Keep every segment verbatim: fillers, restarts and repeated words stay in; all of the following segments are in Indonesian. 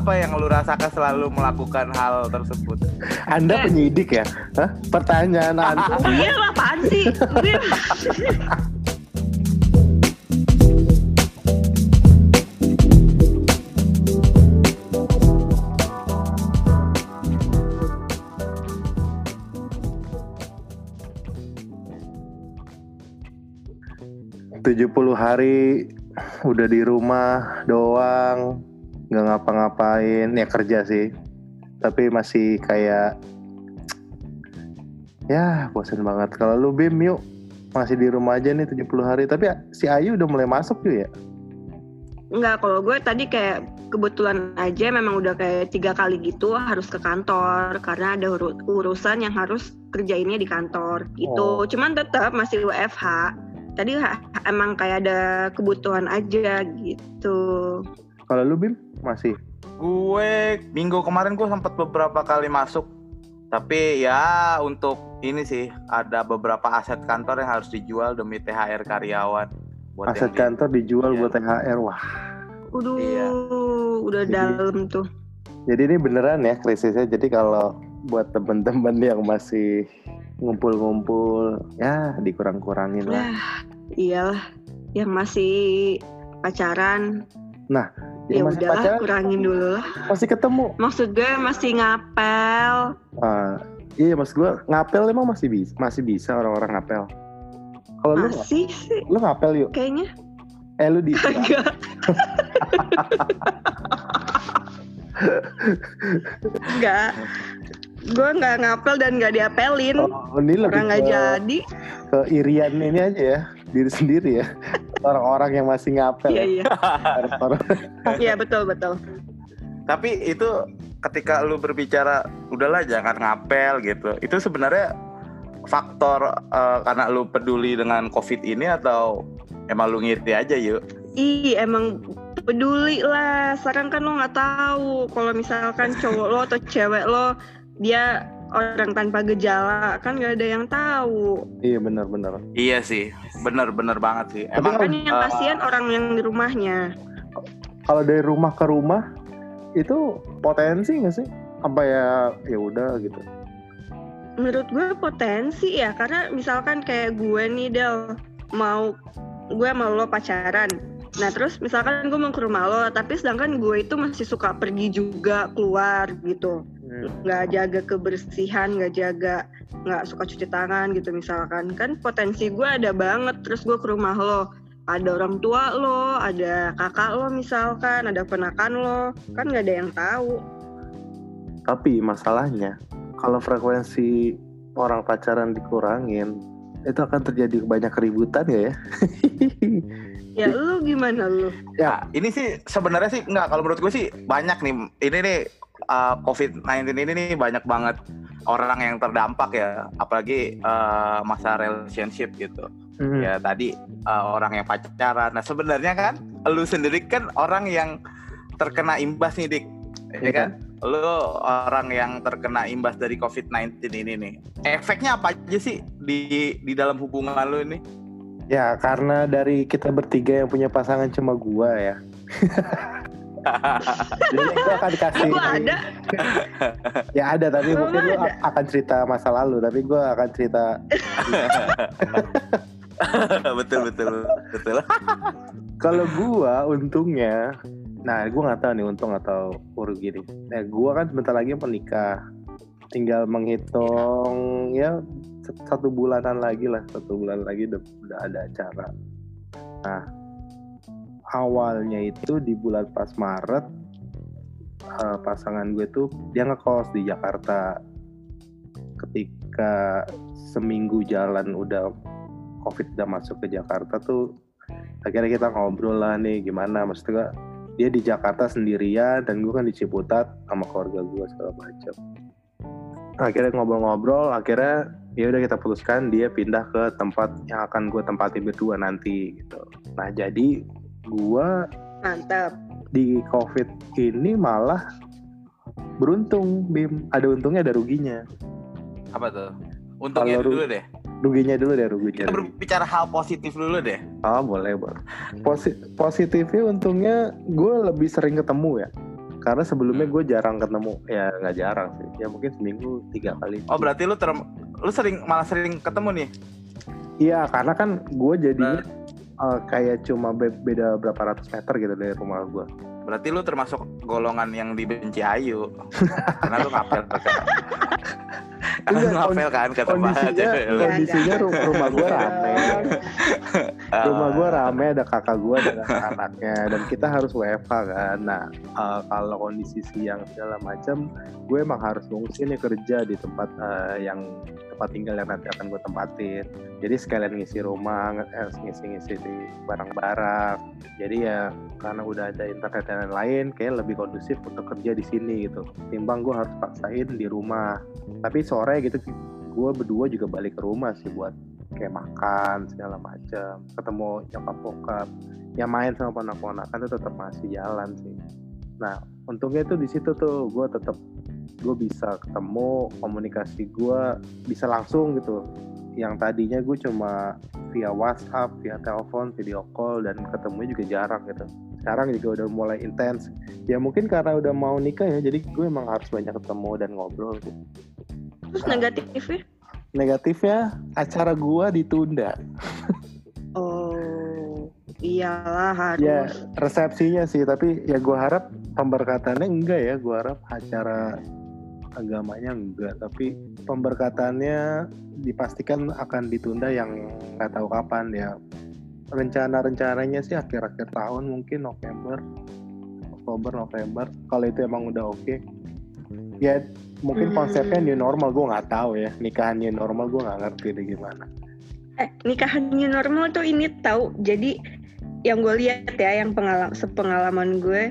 apa yang lu rasakan selalu melakukan hal tersebut? Anda penyidik ya? Hah? Pertanyaan Anda. Iya, apaan sih? tujuh puluh hari udah di rumah doang, nggak ngapa-ngapain, ya kerja sih, tapi masih kayak ya bosan banget. Kalau lu Bim, yuk masih di rumah aja nih tujuh puluh hari, tapi si Ayu udah mulai masuk yuk ya? Enggak, kalau gue tadi kayak kebetulan aja memang udah kayak tiga kali gitu harus ke kantor karena ada ur- urusan yang harus kerjainnya di kantor gitu. Oh. Cuman tetap masih W F H. Tadi ha- emang kayak ada kebutuhan aja gitu. Kalau lu Bim masih? Gue minggu kemarin gue sempat beberapa kali masuk, tapi ya untuk ini sih ada beberapa aset kantor yang harus dijual demi T H R karyawan. Buat Aset yang kantor di- dijual iya. buat T H R, wah. Waduh, Iya. udah Jadi- dalam tuh. Jadi ini beneran ya krisisnya. Jadi kalau buat temen-temen yang masih ngumpul-ngumpul, ya dikurang-kurangin lah. Nah, iyalah, yang masih pacaran. Nah, Ya yang masih udahlah, pacaran kurangin dulu lah. masih ketemu. Maksud gue masih ngapel. Ah, iya mas gue ngapel emang masih bisa, masih bisa orang-orang ngapel. Kalau lu nggak, Masih sih lu ngapel yuk. kayaknya. Eh lu di Kagak. Enggak. Gue nggak ngapel dan nggak diapelin. Oh, ini lebih Orang nggak ke, jadi. ke irian ini aja ya, diri sendiri ya. Orang-orang yang masih ngapel. Iya ya. iya. Orang- Iya betul betul. Tapi itu ketika lu berbicara udahlah jangan ngapel gitu, itu sebenarnya faktor uh, karena lu peduli dengan COVID ini atau emang lu ngiri aja yuk? Ih emang peduli lah. Sekarang kan lo nggak tahu kalau misalkan cowok lo atau cewek lo dia orang tanpa gejala, kan nggak ada yang tahu. Iya benar-benar. Iya sih, bener-bener banget sih. Tapi Emang Kan yang uh, kasihan orang yang di rumahnya. Kalau dari rumah ke rumah itu potensi nggak sih? Apa ya ya udah gitu. Menurut gue potensi ya, karena misalkan kayak gue nih Del, mau gue sama lo pacaran. Nah terus misalkan gue mau ke rumah lo, tapi sedangkan gue itu masih suka pergi juga keluar gitu. Nggak jaga kebersihan, nggak jaga, nggak suka cuci tangan gitu misalkan. Kan potensi gue ada banget, terus gue ke rumah lo. Ada orang tua lo, ada kakak lo misalkan, ada ponakan lo. Kan nggak ada yang tahu. Tapi masalahnya kalau frekuensi orang pacaran dikurangin, itu akan terjadi banyak keributan ya ya. Ya lu gimana lu? ya ini sih sebenarnya sih enggak, kalau menurut gue sih banyak nih. Ini nih uh, covid sembilan belas ini nih banyak banget orang yang terdampak ya, apalagi uh, masa relationship gitu. Hmm. Ya tadi uh, orang yang pacaran. Nah sebenarnya kan lu sendiri kan orang yang terkena imbas nih Dik, ya kan? Lu orang yang terkena imbas dari covid sembilan belas ini nih. Efeknya apa aja sih di di dalam hubungan lu ini? Ya karena dari kita bertiga yang punya pasangan cuma gua ya. Jadi gua akan kasih. Gua ada. Ya ada, tapi Gua mungkin lu ada. a- akan cerita masa lalu, tapi gua akan cerita. betul betul betul. Kalau gua untungnya, nah gua nggak tahu nih untung atau rugi nih. Nah gua kan sebentar lagi menikah, tinggal menghitung ya satu bulanan lagi lah, satu bulan lagi udah, udah ada acara. Nah awalnya itu di bulan pas Maret, uh, pasangan gue tuh dia ngekos di Jakarta. Ketika seminggu jalan udah COVID udah masuk ke Jakarta tuh, akhirnya kita ngobrol lah nih gimana, maksudnya dia di Jakarta sendirian dan gue kan di Ciputat sama keluarga gue segala macam. Akhirnya ngobrol-ngobrol, akhirnya ya udah kita putuskan dia pindah ke tempat yang akan gue tempatin berdua nanti gitu. Nah jadi gue Mantap. di COVID ini malah beruntung, Bim. Ada untungnya, ada ruginya. Apa tuh? Untungnya Kalau dulu ru- deh. Ruginya dulu deh, ruginya. Kita berbicara hal positif dulu deh. Oh boleh boleh. Posi- positifnya untungnya gue lebih sering ketemu ya. Karena sebelumnya gue jarang ketemu, ya nggak jarang sih, ya mungkin seminggu tiga kali. Oh berarti lu ter lu sering malah sering ketemu nih? Iya, karena kan gue jadinya uh, kayak cuma be- beda berapa ratus meter gitu dari rumah gue. Berarti lu termasuk golongan yang dibenci Ayu. Karena lu ngapel kan. Karena lu ngapel kan kata Kondisinya, kondisinya ru- rumah gue rame. Rumah gue rame, ada kakak gue dan anaknya, dan kita harus W F H kan. Nah uh, kalau kondisi siang segala macam, gue emang harus ngungsi nih kerja di tempat uh, yang tempat tinggal yang nanti akan gue tempatin. Jadi sekalian ngisi rumah, ngisi-ngisi di barang-barang. Jadi ya karena udah ada internet dan lain-lain, kayak lebih kondusif untuk kerja di sini gitu. Timbang gue harus paksain di rumah. Tapi sore gitu, gue berdua juga balik ke rumah sih buat kayak makan segala macam, ketemu nyokap bokap, ya main sama ponak-ponakan itu tetap masih jalan sih. Nah untungnya tuh di situ tuh gue tetap gue bisa ketemu, komunikasi gue bisa langsung gitu. Yang tadinya gue cuma via WhatsApp, via telepon, video call, dan ketemunya juga jarang gitu. Sekarang juga udah mulai intens. Ya mungkin karena udah mau nikah ya, jadi gue emang harus banyak ketemu dan ngobrol gitu. Terus negatifnya? Negatifnya acara gue ditunda. Oh, iyalah harus. Ya resepsinya sih, tapi ya gue harap pemberkatannya enggak ya. Gue harap acara agamanya enggak, tapi pemberkatannya dipastikan akan ditunda yang nggak tahu kapan ya. Rencana-rencananya sih akhir-akhir tahun, mungkin November, Oktober, November. Kalau itu emang udah oke. Okay. Ya mungkin konsepnya new normal, gue nggak tahu ya. Nikahan new normal gue nggak ngerti deh gimana. Eh, nikahan new normal tuh ini tahu. Jadi yang gue lihat ya, yang pengalam, sepengalaman gue.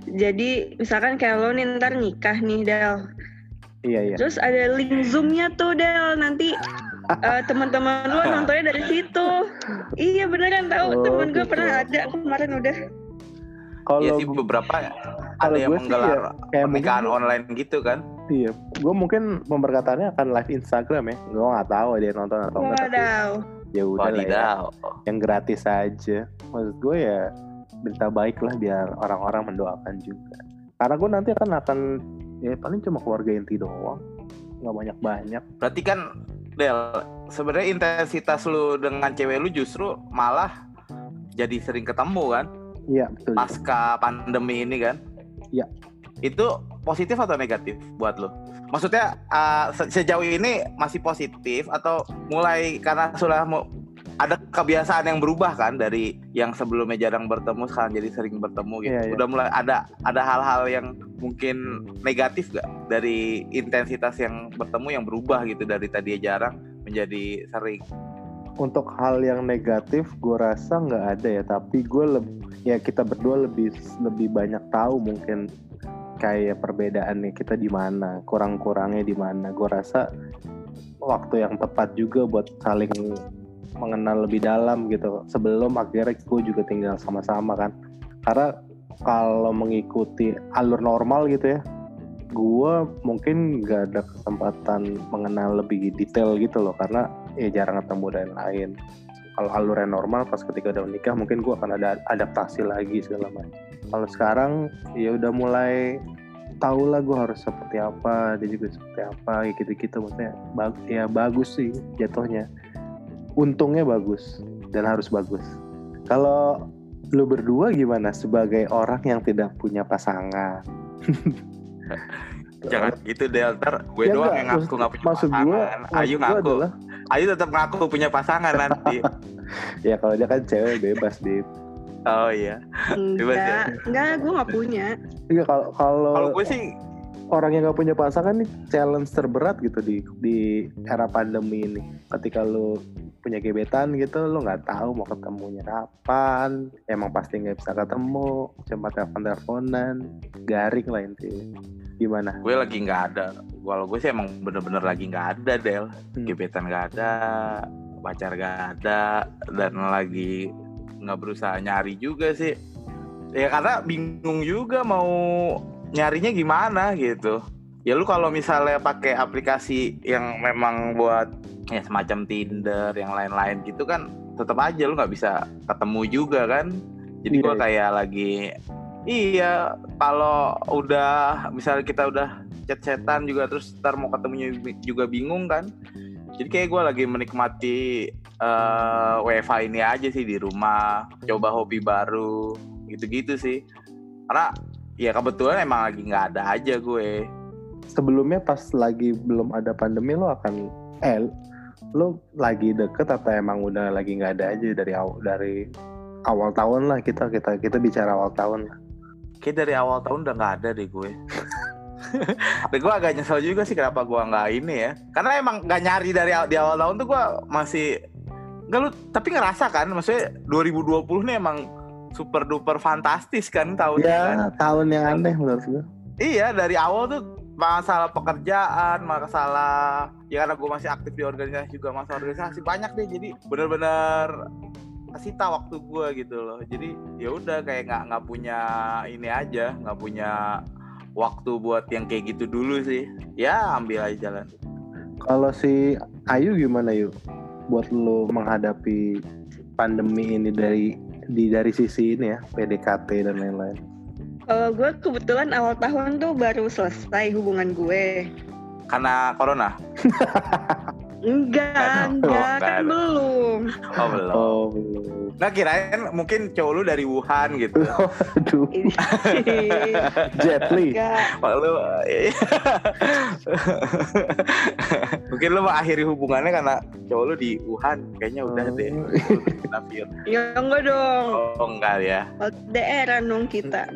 Jadi misalkan kayak lo nih ntar nikah nih Del. Iya iya. Terus ada link Zoom-nya tuh Del, nanti uh, teman-teman lo nontonnya dari situ. Iya beneran tahu, Oh, temen gue gitu. pernah ada kemarin udah. Kalau Iya sih beberapa ada kalau yang gue sih menggelar ya, kayak pernikahan mungkin- online gitu kan. Iya, gue mungkin pemberkatannya akan live Instagram ya. Gue nggak tahu dia nonton atau enggak. Tapi Wadaw. ya udah lah ya. Wadidaw. Yang gratis aja. Maksud gue ya berita baik lah biar orang-orang mendoakan juga. Karena gue nanti akan akan ya paling cuma keluarga inti doang, nggak banyak-banyak. Berarti kan Del, sebenarnya intensitas lu dengan cewek lu justru malah jadi sering ketemu kan? Iya betul. Pasca pandemi ini kan? Iya. Itu positif atau negatif buat lu? Maksudnya uh, se- sejauh ini masih positif atau mulai karena sudah mau ada kebiasaan yang berubah kan dari yang sebelumnya jarang bertemu sekarang jadi sering bertemu gitu. Iya, iya. Udah mulai ada ada hal-hal yang mungkin negatif gak dari intensitas yang bertemu yang berubah gitu dari tadi jarang menjadi sering. Untuk hal yang negatif gue rasa nggak ada ya, tapi gue lebih ya kita berdua lebih lebih banyak tahu mungkin kayak perbedaannya kita di mana, kurang-kurangnya di mana. Gue rasa waktu yang tepat juga buat saling mengenal lebih dalam gitu sebelum akhirnya gue juga tinggal sama-sama kan. Karena kalau mengikuti alur normal gitu ya, gue mungkin nggak ada kesempatan mengenal lebih detail gitu loh, karena ya jarang ketemu dan lain. Kalau alurnya normal pas ketika udah menikah mungkin gue akan ada adaptasi lagi segala macam. Kalau sekarang ya udah mulai tahu lah gue harus seperti apa, dia juga seperti apa, kayak gitu-gitu. Maksudnya bag- ya bagus sih jatuhnya. Untungnya bagus dan harus bagus. Kalau lu berdua gimana sebagai orang yang tidak punya pasangan? Jangan gitu Del, ntar gue Ya doang enggak, yang ngaku maksud- gak punya maksud pasangan. gua- Ayu maksud gua ngaku, adalah- Ayu tetap ngaku punya pasangan nanti. Ya kalau dia kan cewek bebas deh. Oh iya. Bebas ya? Enggak, enggak, gue nggak punya. Enggak, kalau kalau Kalau gue sih orang yang nggak punya pasangan nih challenge terberat gitu di di era pandemi ini. Ketika lu punya gebetan gitu, lu nggak tahu mau ketemunya kapan, emang pasti nggak bisa ketemu, cuma telepon-teleponan, garing lah intinya. Gimana? gue lagi nggak ada. Kalau gue sih emang bener-bener lagi nggak ada Del. Hmm. Gebetan nggak ada, pacar nggak ada, dan lagi nggak berusaha nyari juga sih. Ya karena bingung juga mau nyarinya gimana gitu. Ya lu kalau misalnya pakai aplikasi yang memang buat ya semacam Tinder yang lain-lain gitu kan tetap aja lu nggak bisa ketemu juga kan. Jadi Iya, gue iya. kayak lagi Iya, kalau udah misalnya kita udah chat-chatan juga terus ntar mau ketemunya juga bingung kan. Jadi kayak gue lagi menikmati uh, W F H ini aja sih di rumah, coba hobi baru gitu-gitu sih. Karena ya kebetulan emang lagi nggak ada aja gue. Sebelumnya pas lagi belum ada pandemi lo akan eh lo lagi deket atau emang udah lagi nggak ada aja dari awal dari awal tahun lah kita kita kita bicara awal tahun lah. Kayak dari awal tahun udah nggak ada deh gue. Tapi gue agak nyesel juga sih kenapa gue nggak ini ya. Karena emang nggak nyari dari di awal tahun tuh gue masih nggak lu. Tapi ngerasa kan, maksudnya dua ribu dua puluh nih emang super duper fantastis kan tahunnya. Ya kan? tahun yang aneh menurut gue. Iya dari awal tuh masalah pekerjaan, masalah ya karena gue masih aktif di organisasi juga masalah organisasi banyak deh. Jadi benar-benar sita waktu gue gitu loh. Jadi ya udah kayak nggak nggak punya ini aja, nggak punya waktu buat yang kayak gitu dulu sih. Ya ambil aja jalan. Kalau si Ayu gimana Yu? Buat lo menghadapi pandemi ini dari di dari sisi ini ya, P D K T dan lain-lain. Kalau gue kebetulan awal tahun tuh baru selesai hubungan gue. Karena corona? Enggak, Oh, enggak, enggak kan ada. belum. Oh belum. Oh belum. Nggak kirain mungkin cowok lu dari Wuhan gitu. Aduh, Jet Li. Enggak. Kalau lu mungkin lu mengakhiri hubungannya karena cowok lu di Wuhan. Kayaknya udah deh. Lu kena virus. Ya enggak dong. Oh enggak ya. L D R-an dong kita.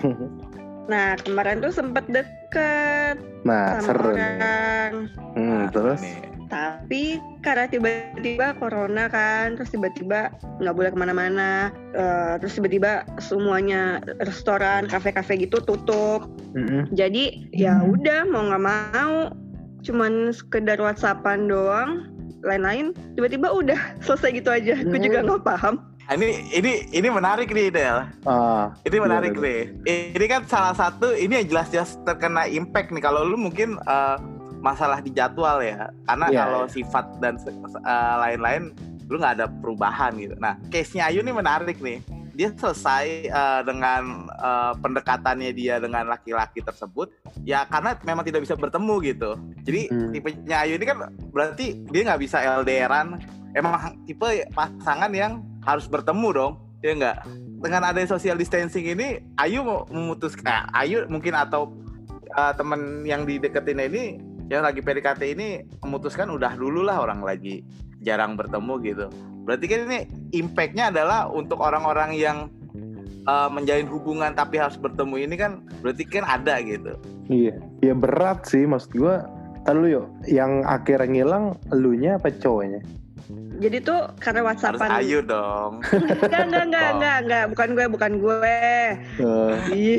Nah, kemarin tuh sempet deket Nah, sama seru nih. orang. Hmm, Nah, terus nih. Tapi karena tiba-tiba corona kan, terus tiba-tiba nggak boleh kemana-mana, uh, terus tiba-tiba semuanya restoran, kafe-kafe gitu tutup. Mm-mm. Jadi ya udah mau nggak mau, cuman sekedar WhatsAppan doang, lain-lain tiba-tiba udah selesai gitu aja. Aku juga nggak paham. Ah, Ini ini ini menarik nih Del. Ah, Ini menarik iya, nih. Ini kan salah satu ini yang jelas-jelas terkena impact nih. Kalau lu mungkin uh, masalah di jadwal ya. Karena Iya, kalau iya. sifat dan uh, lain-lain lu nggak ada perubahan gitu. Nah, case-nya Ayu nih menarik nih. Dia selesai uh, dengan uh, pendekatannya dia dengan laki-laki tersebut ya karena memang tidak bisa bertemu gitu. Jadi Hmm. tipenya Ayu ini kan berarti dia nggak bisa L D R-an. Emang tipe pasangan yang harus bertemu dong, ya enggak? Dengan adanya social distancing ini, Ayu mau memutuskan, nah, Ayu mungkin atau uh, teman yang dideketin ini, yang lagi P D K T ini memutuskan udah dulu lah orang lagi jarang bertemu gitu. Berarti kan ini impact-nya adalah untuk orang-orang yang uh, menjalin hubungan tapi harus bertemu ini kan, berarti kan ada gitu. Iya, ya berat sih maksud gue. Ntar lu yuk, yang akhirnya ngilang elunya apa cowoknya? Jadi tuh karena Harus WhatsAppan. Ayu dong. Enggak, enggak, enggak, Oh. enggak, enggak, bukan gue, bukan gue. Uh, Ih.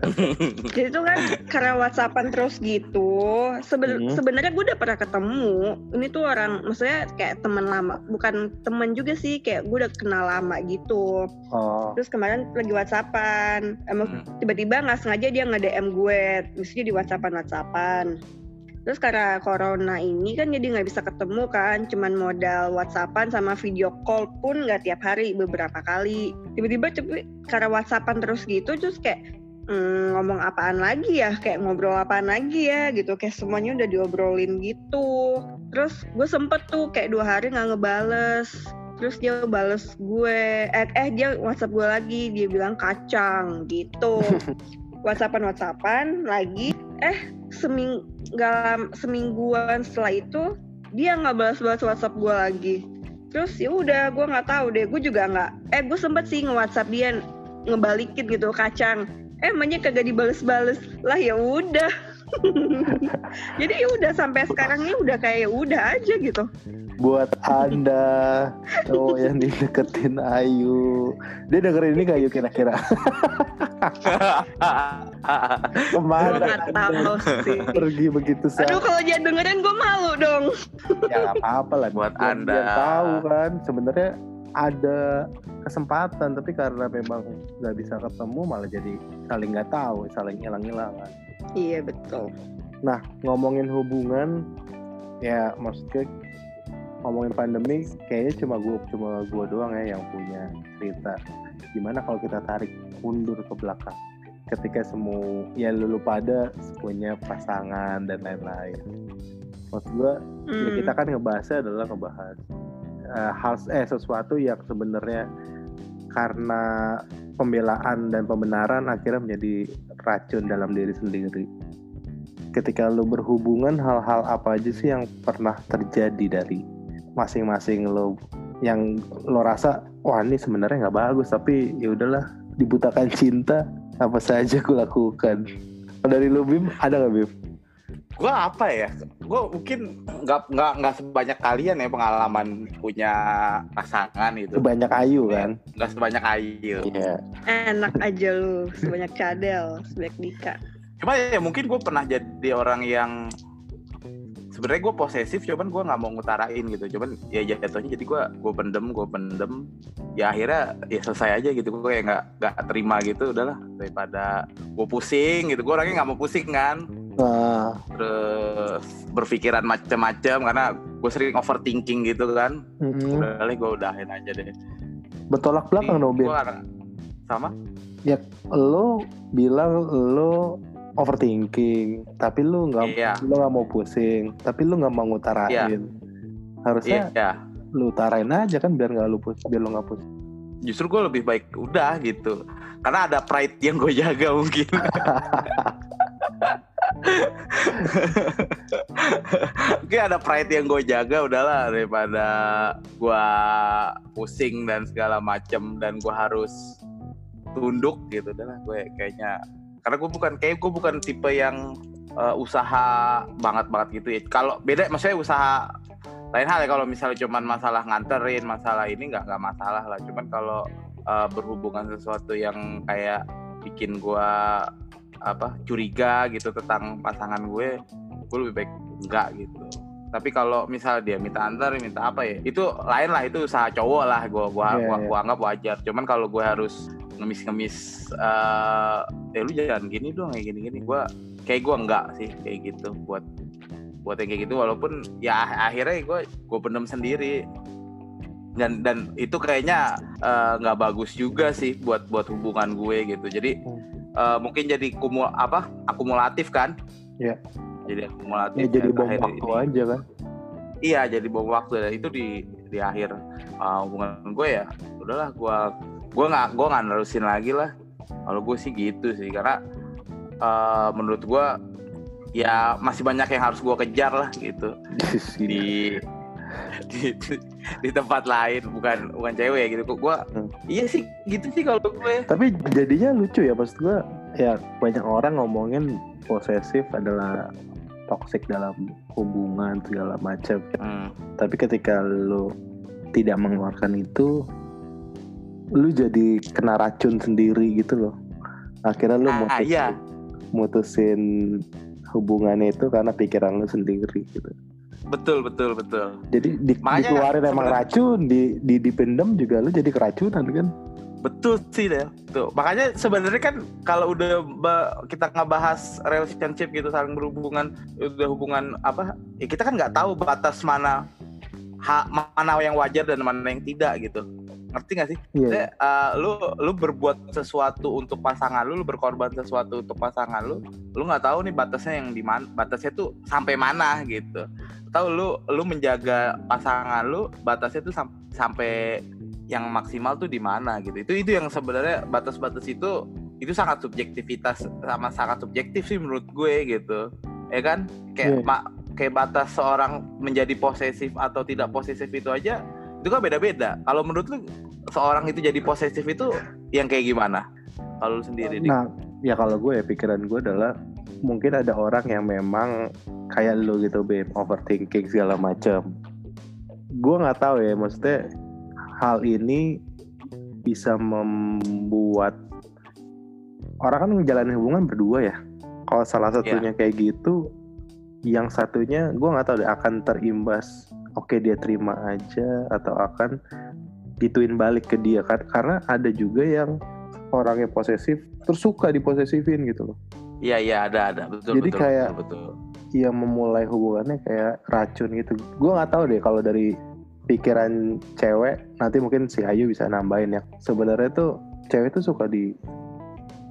Jadi tuh kan karena WhatsAppan terus gitu. Seben- Hmm. Sebenarnya gue udah pernah ketemu. Ini tuh orang, maksudnya kayak teman lama, bukan teman juga sih, kayak gue udah kenal lama gitu. oh, Terus kemarin lagi WhatsAppan, emang Hmm. tiba-tiba nggak sengaja dia nge-D M gue, mestinya di WhatsAppan WhatsAppan. Terus karena corona ini kan jadi nggak bisa ketemu kan, cuman modal WhatsAppan sama video call pun nggak tiap hari, beberapa kali. Tiba-tiba cepet karena WhatsAppan terus gitu, terus kayak hmm, ngomong apaan lagi ya, kayak ngobrol apaan lagi ya gitu, kayak semuanya udah diobrolin gitu. Terus gue sempet tuh kayak dua hari nggak ngebales. Terus dia bales gue, eh, eh dia WhatsApp gue lagi, dia bilang kacang gitu. WhatsAppan WhatsAppan lagi, eh seming nggak lam- semingguan setelah itu dia nggak balas-balas WhatsApp gue lagi. Terus ya udah gue nggak tahu deh, gue juga nggak, eh gue sempet sih nge-WhatsApp dia ngebalikin gitu kacang, eh emangnya kagak dibales-bales lah, ya udah. Jadi ya udah sampai sekarang ini udah kayak udah aja gitu. buat anda cowok yang dideketin Ayu, dia dengerin ini gak Ayu kira-kira? Gue Kemana nggak tahu sih. pergi begitu saja? Aduh kalau dia dengerin gue malu dong. Ya nggak apa-apa lah. Buat Biar- Anda. biar tahu kan sebenarnya ada kesempatan, tapi karena memang nggak bisa ketemu malah jadi saling nggak tahu, saling hilang-hilangan. Iya betul. Nah, ngomongin hubungan, ya maksudnya ngomongin pandemi, kayaknya cuma gue cuma gue doang ya yang punya cerita. Gimana kalau kita tarik mundur ke belakang? ketika semua ya lu pada punya pasangan dan lain-lain. Maksud gue hmm. ya kita kan ngebahasnya adalah ngebahas uh, hal eh sesuatu yang sebenarnya karena pembelaan dan pembenaran akhirnya menjadi racun dalam diri sendiri. Ketika lu berhubungan, hal-hal apa aja sih yang pernah terjadi dari masing-masing lo yang lo rasa wah ini sebenarnya nggak bagus tapi ya udahlah dibutakan cinta apa saja aku lakukan. Dari lu Bim ada nggak Bim? Gue apa ya? Gue mungkin nggak nggak nggak sebanyak kalian ya pengalaman punya pasangan itu. Sebanyak Ayu kan? Nggak sebanyak Ayu. Iya. Enak aja lu, sebanyak Cadel, sebanyak Dika. Cuma ya mungkin gue pernah jadi orang yang sebenarnya gue posesif, cuman gue nggak mau ngutarain gitu. Cuman ya jatuhnya jadi gue gue pendem, gue pendem. Ya akhirnya ya selesai aja gitu. Gue kayak nggak nggak terima gitu. Udahlah daripada gue pusing gitu. Gue orangnya nggak mau pusing kan. Nah. Terus berpikiran macam-macam karena gue sering overthinking gitu kan. Mm-hmm. Udah gue udahin aja deh. Bertolak belakang dong Bim. Sama? Ya lo bilang lo overthinking, tapi lu nggak iya. lu nggak mau pusing, tapi lu nggak mau ngutarain. Iya. Harusnya iya. lu utarain aja kan biar nggak lu pusing, biar lu nggak pusing. Justru gue lebih baik udah gitu, karena ada pride yang gue jaga mungkin. Mungkin ada pride yang gue jaga udahlah daripada gue pusing dan segala macem dan gue harus tunduk gitu. Udahlah gue kayaknya karena gue bukan kayak gue bukan tipe yang uh, usaha banget banget gitu ya. Kalau beda maksudnya usaha lain hal ya, kalau misalnya cuman masalah nganterin masalah ini nggak nggak masalah lah. Cuman kalau uh, berhubungan sesuatu yang kayak bikin gue apa curiga gitu tentang pasangan gue, gue lebih baik enggak gitu. Tapi kalau misal dia minta antar, minta apa ya, itu lain lah, itu usaha cowok lah. Gue gue yeah, gue yeah. anggap wajar. Cuman kalau gue harus ngemis-ngemis, uh, eh lu jangan gini dong, kayak gini-gini. Gue kayak gue enggak sih kayak gitu buat buat yang kayak gitu. Walaupun ya akhirnya gue gue pendem sendiri. Dan dan itu kayaknya nggak uh, bagus juga sih buat buat hubungan gue gitu. Jadi uh, mungkin jadi kumul apa akumulatif kan? Iya. Yeah. Jadi akumulatif. Ya, jadi bom waktu ini. Aja kan? Iya, jadi bom waktu. Dan itu di di akhir uh, hubungan gue ya. Udahlah, gue gue nggak gue nggak nerusin lagi lah. Kalau gue sih gitu sih, karena uh, menurut gue ya masih banyak yang harus gue kejar lah gitu di, di di tempat lain, bukan bukan cewek gitu. Gue hmm. iya sih gitu sih kalau gue. Tapi jadinya lucu ya, maksud gue ya banyak orang ngomongin posesif adalah toksik dalam hubungan segala macam. Hmm. Tapi ketika lu tidak mengeluarkan itu, lu jadi kena racun sendiri gitu loh. Akhirnya lu ah, mutusin, iya. mutusin hubungannya itu karena pikiran lu sendiri gitu. Betul betul betul. Jadi di, dikeluarin emang racun, di, di dipendam juga lu jadi keracunan kan. Betul sih deh. Tuh. Makanya sebenarnya kan kalau udah ba- kita ngebahas relationship gitu, saling berhubungan, udah hubungan apa? Ya kita kan nggak tahu batas mana ha, mana yang wajar dan mana yang tidak gitu. Ngerti nggak sih? Yeah. Jadi, uh, lu lu berbuat sesuatu untuk pasangan lu, lu berkorban sesuatu untuk pasangan lu, lu nggak tahu nih batasnya yang di mana, batasnya tuh sampai mana gitu. Tahu lu lu menjaga pasangan lu, batasnya tuh sam- sampai yang maksimal tuh di mana gitu. Itu itu yang sebenarnya batas-batas itu itu sangat subjektivitas sama sangat subjektif sih menurut gue gitu. Ya kan? Kayak yeah. ma- kayak batas seorang menjadi posesif atau tidak posesif itu aja itu kan beda-beda. Kalau menurut lu seorang itu jadi posesif itu yang kayak gimana? Kalau lu sendiri? Nah, dik? Ya kalau gue ya pikiran gue adalah mungkin ada orang yang memang kayak lu gitu, Bim, overthinking segala macam. Gue nggak tahu ya, maksudnya hal ini bisa membuat orang kan menjalani hubungan berdua ya. Kalau salah satunya yeah. kayak gitu, yang satunya gue nggak tahu deh akan terimbas. Oke dia terima aja atau akan gituin balik ke dia kan, karena ada juga yang orangnya posesif terus suka diposesifin gitu loh. Iya iya ada ada betul. Jadi betul, kayak betul, betul. yang memulai hubungannya kayak racun gitu. Gue nggak tahu deh kalau dari pikiran cewek, nanti mungkin si Ayu bisa nambahin ya. Sebenarnya tuh cewek tuh suka di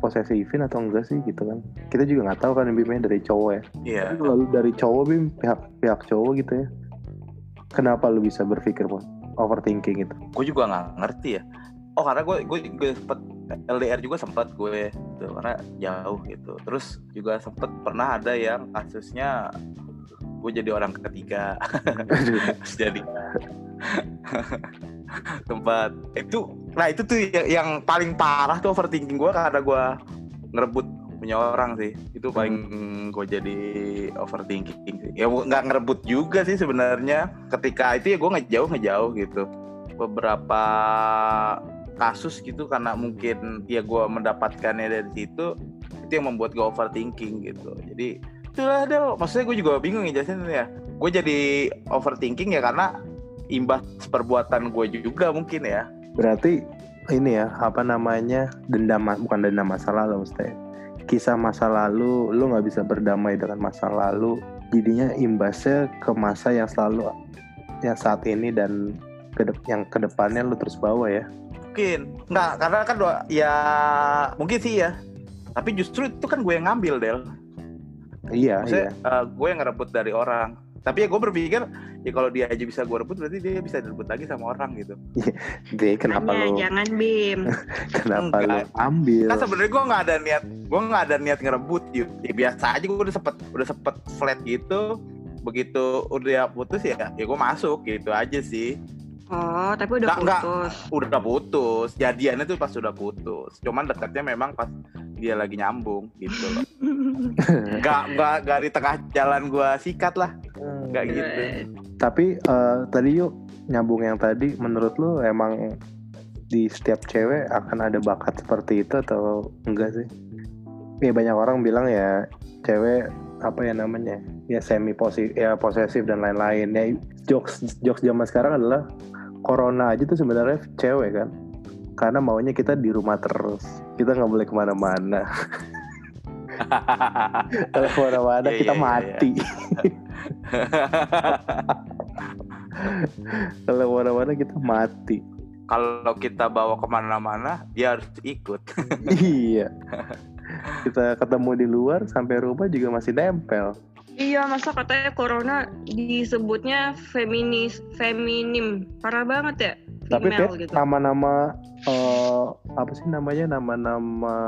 posesifin atau enggak sih gitu kan. Kita juga nggak tahu kan Bimnya dari cowok ya. Iya. Tapi kalau lu dari cowok Bim, pihak pihak cowok gitu ya. Kenapa lu bisa berpikir pun overthinking itu? Gue juga nggak ngerti ya. Oh karena gue gue gue sempet L D R juga sempet gue gitu, karena jauh gitu. Terus juga sempet pernah ada yang kasusnya gue jadi orang ketiga. Jadi tempat itu, nah itu tuh yang, yang paling parah tuh overthinking gue karena gue ngerebut punya orang sih. Itu paling hmm. gue jadi overthinking sih. Ya nggak ngerebut juga sih sebenarnya. Ketika itu ya gue ngejauh ngejauh gitu. Beberapa kasus gitu karena mungkin ya gue mendapatkannya dari situ, itu yang membuat gue overthinking gitu. Jadi itulah Del, maksudnya gue juga bingung ngejelasin ya. Gue jadi overthinking ya karena imbas perbuatan gue juga mungkin ya. Berarti ini ya apa namanya dendam, bukan dendam masa lalu maksudnya. Kisah masa lalu, lu nggak bisa berdamai dengan masa lalu, jadinya imbasnya ke masa yang selalu yang saat ini dan kedep, yang kedepannya lu terus bawa ya. Mungkin nggak, karena kan doa, ya mungkin sih ya. Tapi justru itu kan gue yang ngambil Del. Iya. Maksudnya, iya. Uh, gue yang ngerebut dari orang. Tapi ya gue berpikir ya kalau dia aja bisa gue rebut, berarti dia bisa direbut lagi sama orang gitu. Deh, kenapa Hanya, lu? Jangan Bim. Kenapa Enggak. lu ambil? Kan sebenarnya gue nggak ada niat, gue nggak ada niat ngerebut gitu. Ya biasa aja, gue udah sempet udah sempet flat gitu. Begitu udah putus ya, ya gue masuk gitu aja sih. Oh, tapi udah Nggak, putus. Nggak, udah putus. Jadiannya tuh pas udah putus. Cuman dekatnya memang pas dia lagi nyambung gitu loh. Gak, gak, gak di tengah jalan gue sikat lah. Gak gitu. Tapi uh, tadi yuk nyambung yang tadi, menurut lu emang di setiap cewek akan ada bakat seperti itu atau enggak sih? Ya banyak orang bilang ya cewek apa ya namanya ya semi posesif, ya posesif dan lain-lain. Ya jokes jokes zaman sekarang adalah corona aja tuh sebenarnya cewek kan, karena maunya kita di rumah terus, kita nggak boleh kemana-mana. Kalau kemana-mana yeah, kita yeah, mati. Yeah, Kalau kemana-mana kita mati. Kalau kita bawa kemana-mana, dia harus ikut. Iya. Kita ketemu di luar sampai rumah juga masih nempel. Iya, masa katanya corona disebutnya feminis, feminim, parah banget ya. Tapi Female, kayak gitu. nama-nama uh, apa sih namanya, nama-nama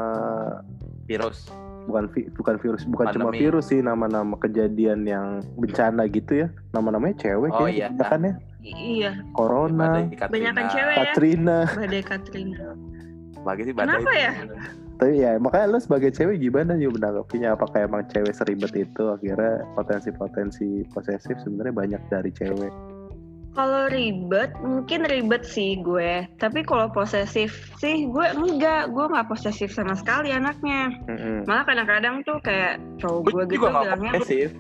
Virus. bukan vi, bukan virus, bukan Pandemi. cuma virus sih, nama-nama kejadian yang bencana gitu ya. Nama-namanya cewek Oh, ya, iya. kan ya. Iya, Corona, banyakan cewek ya. Katrina. Badai Katrina. Bagi sih badai. Kenapa ya? Tapi ya makanya lo sebagai cewek gimana juga menanggapinya? Apakah emang cewek seribet itu akhirnya potensi-potensi posesif sebenarnya banyak dari cewek? Kalau ribet, mungkin ribet sih gue. Tapi kalau posesif sih gue enggak. Gue nggak posesif sama sekali anaknya. Mm-mm. Malah kadang-kadang tuh kayak cowok gue gitu juga gak bilangnya. posesif.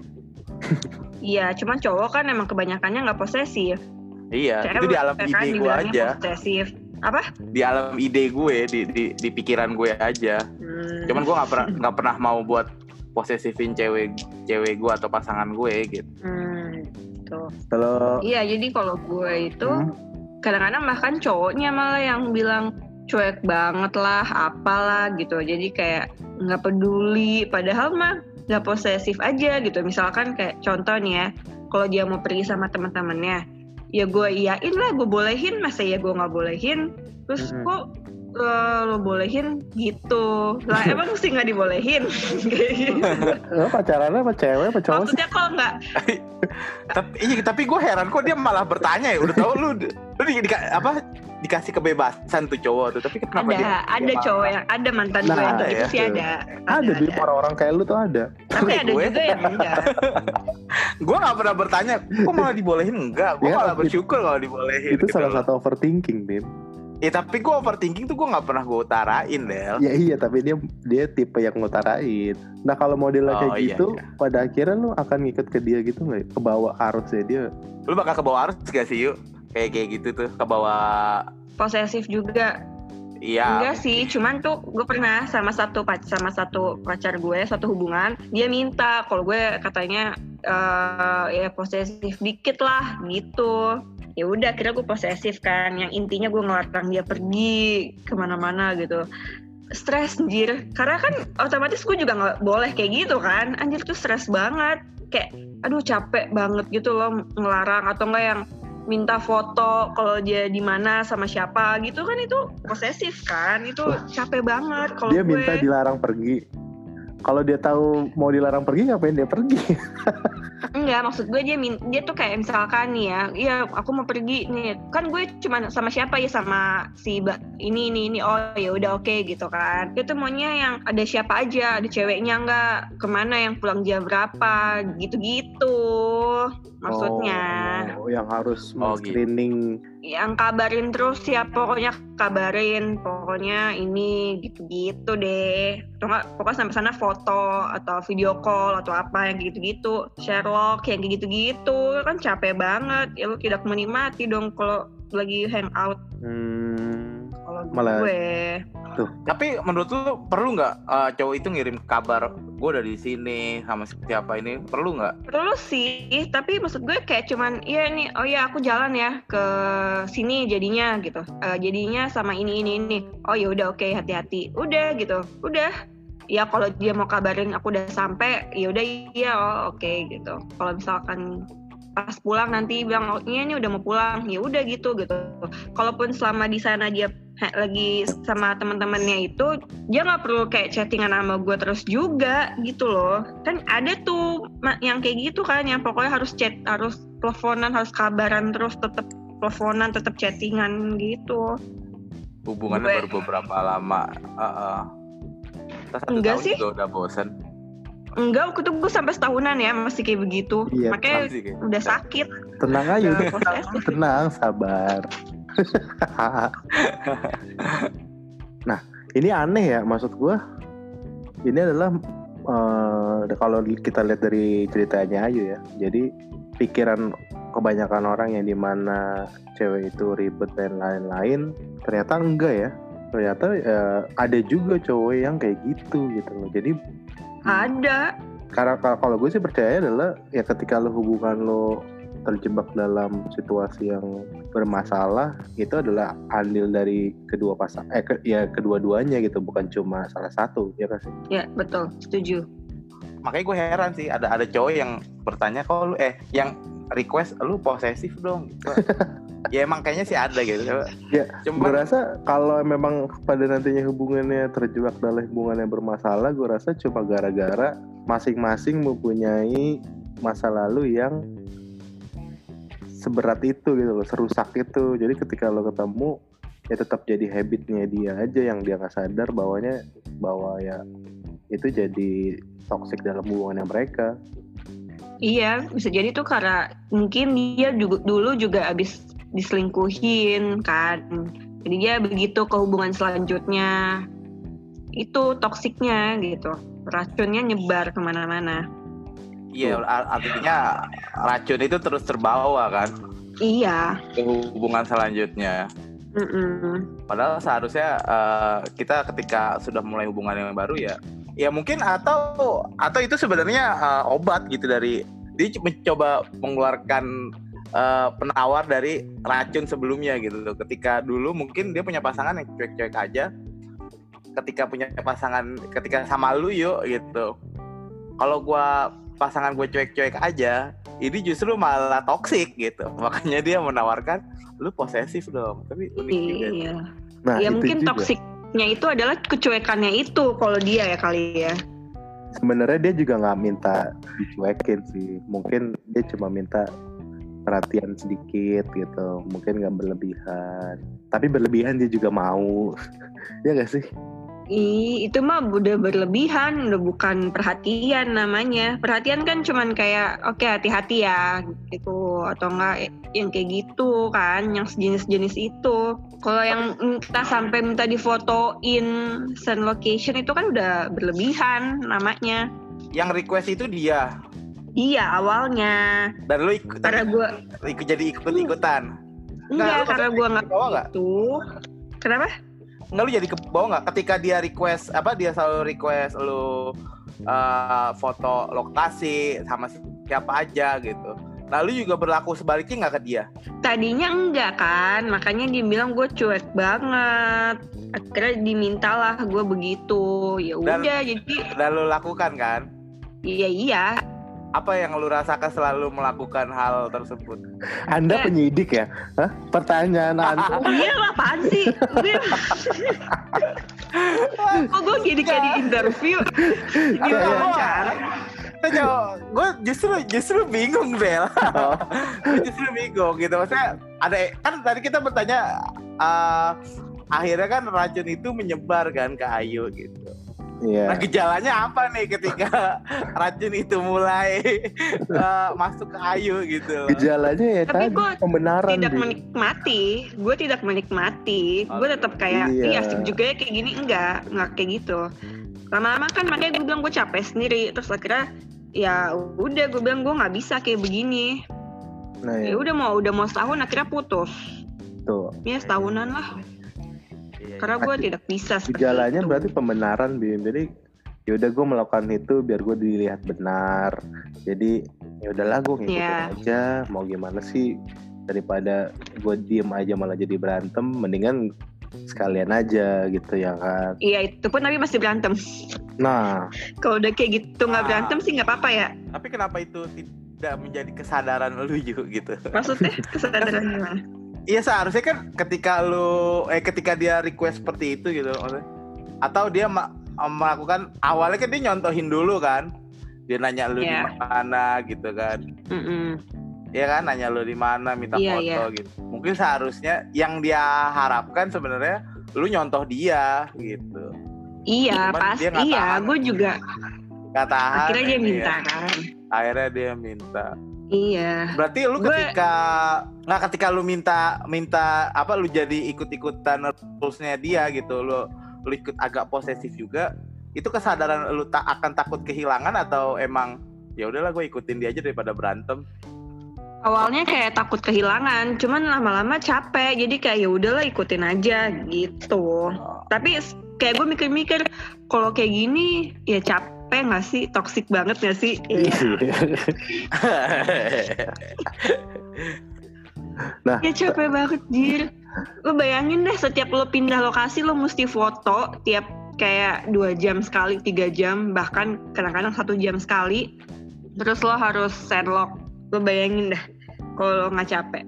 Iya, cuman cowok kan emang kebanyakannya nggak posesif. Iya, Cewek itu di alam kan ide gue dibilangnya aja. Posesif. Apa? Di alam ide gue, di di, di pikiran gue aja. Hmm. Cuman gue nggak pernah nggak pernah mau buat posesifin cewek cewek gue atau pasangan gue gitu. Hmm, gitu. Kalau Iya, jadi kalau gue itu Hmm. kadang-kadang bahkan cowoknya malah yang bilang cuek banget lah, apalah gitu. Jadi kayak nggak peduli. Padahal mah nggak posesif aja gitu. Misalkan kayak contoh nih ya, kalau dia mau pergi sama teman-temannya, ya gue iyain lah, gue bolehin. Masa ya gue nggak bolehin? Terus Mm-hmm. kok uh, lo bolehin gitu? Lah emang mesti nggak dibolehin? Kayak gitu. lo pacaran sama cewek apa cowok sih? Maksudnya kok nggak? tapi iya, tapi gue heran kok dia malah bertanya ya. Udah tahu lu lu di, di, apa dikasih kebebasan tuh cowok tuh, tapi kenapa Ada, dia ada dia cowok malah- yang ada mantan Nah, gue yang kayak gitu ya. sih ada. Ada di orang-orang kayak lu tuh ada. Tapi Kayak ada gue. juga yang enggak. Gue nggak pernah bertanya, kok malah dibolehin enggak? Gue Ya, malah itu- bersyukur kalau dibolehin. Itu gitu salah loh. satu overthinking, Bim. Ya tapi gue overthinking tuh gue nggak pernah gue utarain, Del. Ya iya, tapi dia dia tipe yang ngutarain. Nah kalau modelnya Oh, kayak iya, gitu, iya. pada akhirnya lu akan ngikut ke dia gitu nggak? Ke bawah arusnya dia. Lu bakal ke bawah arus gak sih yuk? Kayak kayak gitu tuh, ke bawah. Posesif juga. Iya. Enggak sih, cuman tuh gue pernah sama satu pac- sama satu pacar gue, satu hubungan, dia minta kalau gue katanya eh, ya posesif dikit lah gitu. Ya udah, akhirnya gue posesif kan, yang intinya gue ngelarang dia pergi kemana-mana gitu. stres anjir. Karena kan otomatis gue juga nggak boleh kayak gitu kan. Anjir tuh stres banget. Kayak aduh capek banget gitu loh ngelarang atau enggak yang minta foto kalau dia di mana sama siapa gitu kan, itu posesif kan. Itu capek banget kalau gue. Dia minta dilarang pergi. Kalau dia tahu mau dilarang pergi ngapain dia pergi? Enggak, maksud gue dia min- dia tuh kayak misalkan nih ya, iya aku mau pergi nih, kan gue cuma sama siapa ya, sama si ba- ini ini ini oh ya udah oke okay, gitu kan. Dia tuh maunya yang ada siapa aja, ada ceweknya nggak, kemana, yang pulang jam berapa, gitu-gitu maksudnya. Oh, yang harus Oh, screening. Yang kabarin terus ya, pokoknya kabarin, pokoknya ini gitu-gitu deh. Atau enggak, pokoknya sampai sana foto atau video call atau apa yang gitu-gitu. Sherlock yang gitu-gitu kan capek banget. Ya lu tidak menikmati dong kalau lagi hangout. Hmm, Kalau malah gue Tapi menurut lu perlu nggak uh, cowok itu ngirim kabar gue udah di sini sama siapa ini, perlu nggak? perlu sih, tapi maksud gue kayak cuman iya nih, oh ya aku jalan ya ke sini jadinya gitu. Uh, jadinya sama ini ini ini. Oh ya udah oke okay, hati-hati. Udah gitu. Udah. Ya kalau dia mau kabarin aku udah sampai, ya udah iya oh oke okay, gitu. Kalau misalkan pas pulang nanti bilang oh iya nih udah mau pulang, ya udah gitu gitu. Kalaupun selama di sana dia ha, lagi sama teman-temannya itu, dia nggak perlu kayak chattingan sama gue terus juga gitu loh. Kan ada tuh yang kayak gitu kan, yang pokoknya harus chat, harus teleponan, harus kabaran terus, tetap teleponan, tetap chattingan gitu. Hubungannya Gue- baru beberapa lama. Uh, uh. Terus satu Enggak tahun sih. juga udah bosan. Enggak, aku tuh gue sampai setahunan ya masih kayak begitu. Iya, Makanya pasti kayak udah gitu. sakit. tenang aja, Udah udah, posesif. tenang, sabar. Nah, ini aneh ya, maksud gua. Ini adalah eh, kalau kita lihat dari ceritanya Ayu ya. Jadi pikiran kebanyakan orang yang dimana cewek itu ribet dan lain-lain, ternyata enggak ya. Ternyata eh, ada juga cowok yang kayak gitu gitu loh. Jadi Ada. karena kalau kalau gue sih percaya adalah ya ketika lo hubungan lo terjebak dalam situasi yang bermasalah, itu adalah andil dari kedua pasang eh ke, ya kedua-duanya gitu, bukan cuma salah satu, ya kan sih? Ya betul, setuju. Makanya gue heran sih, ada ada cowok yang bertanya kok lu eh yang request lu posesif dong. Gitu. Ya emang kayaknya sih ada gitu. Ya, Cuma gue rasa kalau memang pada nantinya hubungannya terjebak dalam hubungan yang bermasalah, gue rasa cuma gara-gara masing-masing mempunyai masa lalu yang seberat itu gitu loh, serusak itu. Jadi ketika lo ketemu, ya tetap jadi habitnya dia aja yang dia nggak sadar bahwanya bahwa ya itu jadi toksik dalam hubungannya mereka. Iya, bisa jadi tuh karena mungkin dia juga, dulu juga abis diselingkuhin kan. Jadi dia begitu ke hubungan selanjutnya. Itu toksiknya gitu. Racunnya nyebar kemana-mana. iya artinya racun itu terus terbawa kan Iya. ke hubungan selanjutnya. Mm-mm. Padahal seharusnya uh, kita ketika sudah mulai hubungan yang baru ya, ya mungkin atau atau itu sebenarnya uh, obat gitu dari dia mencoba mengeluarkan uh, penawar dari racun sebelumnya gitu. Ketika dulu mungkin dia punya pasangan yang cuek-cuek aja, ketika punya pasangan ketika sama lu yuk gitu. Kalau gua pasangan gue cuek-cuek aja, ini justru malah toksik gitu. Makanya dia menawarkan lu posesif dong. Tapi unik juga. Iya. Nah, Ya itu mungkin juga. toksiknya itu adalah kecuekannya itu kalau dia ya kali ya. Sebenarnya dia juga nggak minta dicuekin sih, mungkin dia cuma minta perhatian sedikit gitu, mungkin nggak berlebihan, tapi berlebihan dia juga mau. Ya nggak sih? Ih, itu mah udah berlebihan, udah bukan perhatian namanya. Perhatian kan cuman kayak oke okay, hati-hati ya gitu, atau enggak yang kayak gitu kan, yang sejenis-jenis itu. Kalau yang minta sampai minta difotoin send location itu kan udah berlebihan namanya. Yang request itu dia Iya awalnya. dan lu ikut, Karena gue ikut jadi ikut-ikutan. enggak, lu karena gue nggak bawa nggak? itu. Kenapa? Nggak, lu jadi ke bawah nggak ketika dia request apa dia selalu request lu uh, foto lokasi sama siapa aja gitu. Lalu juga berlaku sebaliknya nggak ke dia? Tadinya enggak kan, makanya dia bilang gue cuek banget. Akhirnya dimintalah gue begitu. Ya Dan- udah, jadi Dan lu lakukan kan? iya iya. Apa yang lu rasakan selalu melakukan hal tersebut? Anda Eh. penyidik ya? Hah? Pertanyaan Anda. Iya apaan sih? Gue kok gue jadi kayak di interview, di Iya, iya. wawancara. Gue justru justru bingung Bel. Oh, Gue justru bingung gitu. Maksudnya ada kan tadi kita bertanya eh, akhirnya kan racun itu menyebar kan ke Ayu gitu. iya. Nah gejalanya apa nih ketika racun itu mulai eh, masuk ke Ayu gitu? Gejalanya ya Tapi tadi gua pembenaran. Tidak Bi. menikmati, gue tidak menikmati. Gue tetap kayak, Iya. iya asik juga ya kayak gini, enggak, enggak kayak gitu. Lama-lama kan makanya gue bilang gue capek sendiri. Terus akhirnya ya udah gue bilang gue nggak bisa kayak begini. Nah, Ya ya, udah mau udah mau setahun akhirnya putus. tuh. Ya setahunan lah. Iya, Karena gue Masih- tidak bisa seperti Gejalanya itu. berarti pembenaran, Bim. Jadi ya udah gue melakukan itu biar gue dilihat benar. Jadi ya udahlah gue ngikutin Iya. aja. Mau gimana sih, daripada gue diem aja malah jadi berantem, mendingan sekalian aja gitu ya kan. Iya itu pun tapi masih berantem. Nah, Kalau udah kayak gitu nggak Ah. berantem sih nggak apa-apa ya. Tapi kenapa itu tidak menjadi kesadaran lu Yu, gitu? Maksudnya kesadaran gimana? Iya seharusnya kan ketika lu eh ketika dia request seperti itu gitu maksudnya. Atau dia ma- melakukan awalnya kan dia nyontohin dulu kan. Dia nanya lu di Iya. mana gitu kan. Mm-mm. Iya kan nanya lu di mana minta Iya, foto iya. gitu. Mungkin seharusnya yang dia harapkan sebenarnya lu nyontoh dia gitu. Iya Cuman pasti dia nggak iya. tahan. Gue juga. Gak tahan. Akhirnya dia ini minta ya. kan. Akhirnya dia minta. Iya. Berarti lu Gue- ketika nggak ketika lu minta minta apa lu jadi ikut-ikutan rulesnya dia gitu, lu lu ikut agak posesif juga, itu kesadaran lu tak akan takut kehilangan atau emang ya udahlah gue ikutin dia aja daripada berantem? Awalnya kayak takut kehilangan, cuman lama-lama capek, jadi kayak ya udahlah ikutin aja gitu. Tapi s- kayak gue mikir-mikir, kalau kayak gini ya capek nggak sih, toksik banget nggak sih? Iya. nah, Ya capek banget jir. Lo bayangin deh setiap lo pindah lokasi lo mesti foto tiap kayak dua jam sekali, tiga jam, bahkan kadang-kadang satu jam sekali. Terus lo harus sendlog. Lo bayangin dah kalau lo nggak capek.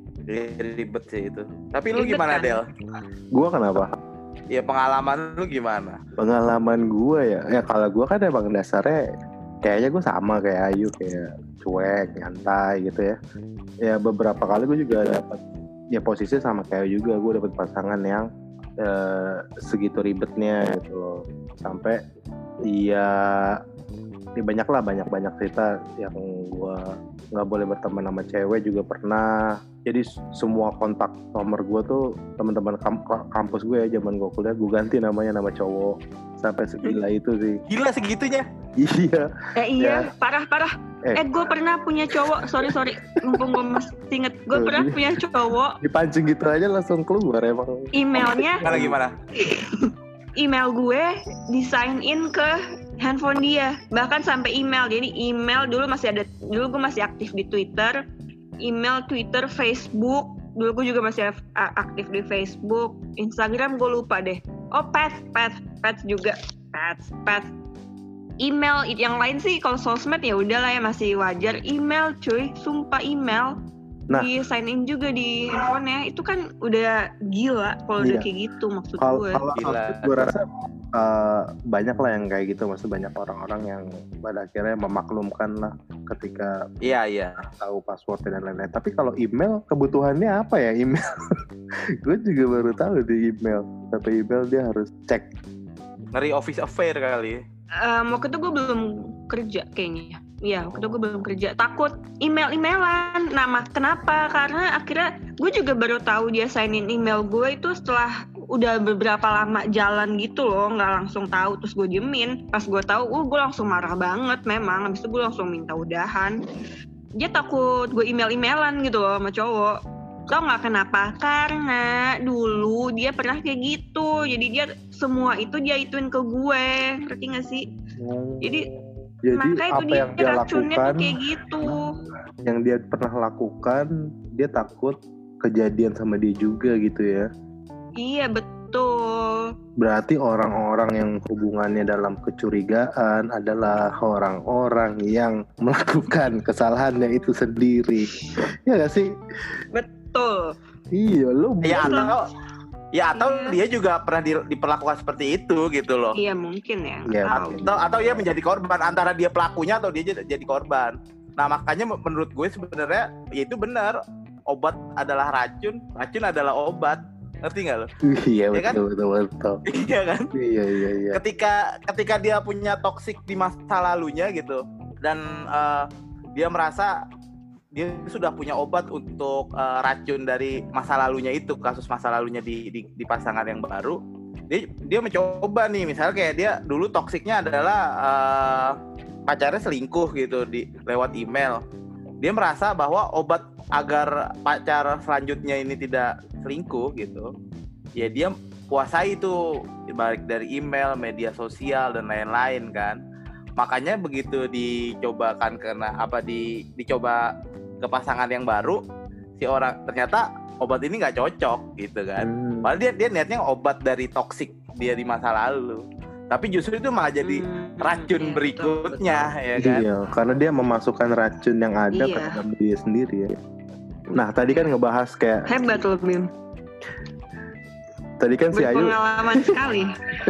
Ribet sih itu. Tapi lu Ribet gimana kan? Del? gue kenapa? Ya pengalaman lu gimana? Pengalaman gue ya, ya kalau gue kan emang dasarnya kayaknya gue sama kayak Ayu, kayak cuek, nyantai gitu ya. Ya beberapa kali gue juga dapat ya posisi sama kayak Ayu juga, gue dapat pasangan yang eh, segitu ribetnya gitu loh. Sampai ya, ya banyak lah banyak banyak cerita yang gue nggak boleh berteman sama cewek juga pernah. Jadi semua kontak nomor gue tuh teman-teman kam- kampus gue ya zaman gue kuliah gue ganti namanya nama cowok, sampai segila itu sih. Gila segitunya. Iya. Eh iya, parah-parah. Eh. Eh, gue pernah punya cowok, sorry sorry, mumpung gue masih inget, gue Tuh, pernah jadi- punya cowok, Dipancing gitu aja langsung keluar emang. emailnya, Gimana gimana? email gue di sign in ke handphone dia, bahkan sampai email. Jadi email dulu masih ada, dulu gue masih aktif di Twitter, email, Twitter, Facebook, dulu gue juga masih a- aktif di Facebook, Instagram gue lupa deh. Oh pet, pet, pet juga, pet, pet. Email yang lain sih kalau sosmed ya udahlah ya masih wajar. Email cuy, sumpah email. Nah. Di sign in juga di handphonenya itu kan udah gila kalau udah Iya. kayak gitu maksud Kalau gue. kalau Gila. gue rasa uh, banyak lah yang kayak gitu, maksudnya banyak orang-orang yang pada akhirnya memaklumkan lah ketika Iya iya. tahu password dan lain-lain. Tapi kalau email kebutuhannya apa ya email? Gue juga baru tahu di email. Tapi email dia harus cek. Ngeri office affair kali. Um, waktu itu gue belum kerja kayaknya. Iya, waktu itu gue belum kerja. Takut email-emailan. Nah, mak- kenapa? Karena akhirnya gue juga baru tahu dia sign in email gue itu setelah udah beberapa lama jalan gitu loh, nggak langsung tahu. Terus gue diemin. Pas gue tahu, uh, gue langsung marah banget memang. Habis itu gue langsung minta udahan. Dia takut gue email-emailan gitu loh sama cowok. Tau nggak kenapa? Karena dulu dia pernah kayak gitu. Jadi dia semua itu dia ituin ke gue. Ngerti nggak sih? Jadi Jadi makanya itu apa dia yang dia racunnya lakukan, tuh kayak gitu. yang dia pernah lakukan, dia takut kejadian sama dia juga gitu ya. Iya betul. Berarti orang-orang yang hubungannya dalam kecurigaan adalah orang-orang yang melakukan kesalahannya itu sendiri. Ya gak sih? Betul. Iya, lu Ya Betul. atau ya atau Iya. dia juga pernah di- diperlakukan seperti itu gitu loh. Iya mungkin ya. nggak Iya, tahu. Atau atau dia menjadi korban, antara dia pelakunya atau dia jadi, jadi korban. Nah, makanya menurut gue sebenarnya ya itu benar. Obat adalah racun, racun adalah obat. Ngerti nggak lo? Iya, Ya kan? betul, betul, betul. Iya kan? Iya, iya, iya. Ketika ketika dia punya toksik di masa lalunya gitu, dan eh, dia merasa dia sudah punya obat untuk eh, racun dari masa lalunya itu, kasus masa lalunya di, di di pasangan yang baru, dia dia mencoba nih, misalnya kayak dia dulu toksiknya adalah eh, pacarnya selingkuh gitu di lewat email. Dia merasa bahwa obat agar pacar selanjutnya ini tidak selingkuh gitu, ya dia kuasai itu, balik dari email, media sosial dan lain-lain kan. Makanya begitu dicobakan kena apa di dicoba ke pasangan yang baru, si orang ternyata obat ini nggak cocok gitu kan. Hmm. Padahal dia dia niatnya obat dari toksik dia di masa lalu, tapi justru itu malah jadi Hmm, racun iya, berikutnya betul, ya kan. Iya, karena dia memasukkan racun yang ada ke Iya. dalam diri sendiri ya. Nah, tadi kan ngebahas kayak betul. Hebat loh Bim. tadi kan si Ayu Berpengalaman sekali.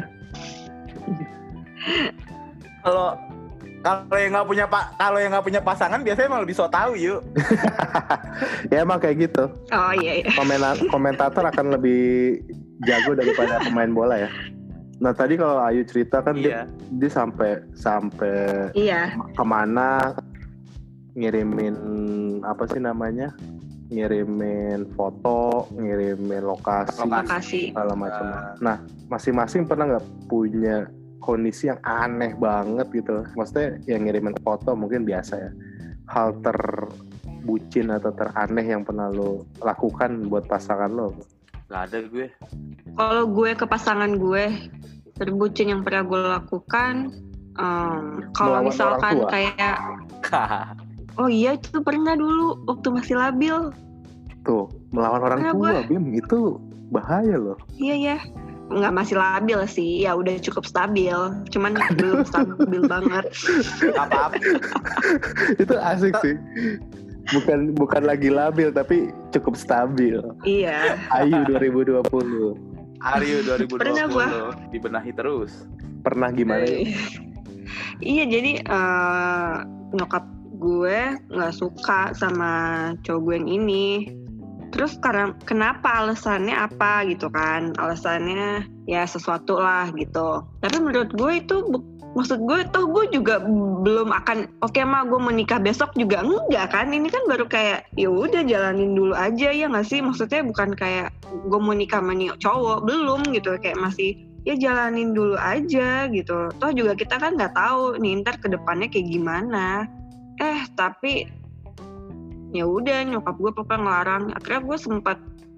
Kalau kalau yang nggak punya pak kalau yang nggak punya pasangan biasanya emang lebih so tahu yuk. ya emang kayak gitu. Oh iya iya. Komena- komentator akan lebih jago daripada pemain bola ya. Nah, tadi kalau Ayu cerita kan dia, Iya. dia sampai sampai Iya. kemana ngirimin apa sih namanya? Ngirimin foto, ngirimin lokasi, Makasih. segala macam. Nah, masing-masing pernah nggak punya kondisi yang aneh banget gitu? Maksudnya yang ngirimin foto mungkin biasa ya. Hal terbucin atau teraneh yang pernah lo lakukan buat pasangan lo? Gak ada gue. Kalau gue ke pasangan gue, terbucin yang pernah gue lakukan, em, kalau Melawan misalkan orang tua? kayak, oh iya itu pernah dulu waktu masih labil. Tuh, melawan orang Karena tua, gue- Bim, itu bahaya loh. Iya ya, nggak masih labil sih, ya udah cukup stabil, cuman belum stabil banget. Apa-apa. Itu asik sih. Bukan bukan lagi labil tapi cukup stabil. Iya. Ayu dua ribu dua puluh. Aryo dua ribu dua Pernah puluh dibenahi terus. Pernah gimana ya? Iya jadi eh, nyokap gue nggak suka sama cowok gue yang ini. Terus karena kenapa alasannya apa gitu kan? Alasannya ya sesuatu lah gitu. Tapi menurut gue itu bu- maksud gue toh gue juga belum akan oke mah gue menikah besok juga enggak kan? Ini kan baru kayak ya udah jalanin dulu aja ya nggak sih? Maksudnya bukan kayak gue mau nikah sama nih cowok, belum gitu, kayak masih ya jalanin dulu aja gitu. Toh juga kita kan nggak tahu nih ntar kedepannya kayak gimana. Eh tapi ya udah nyokap gue pokoknya ngelarang. Akhirnya gue sempat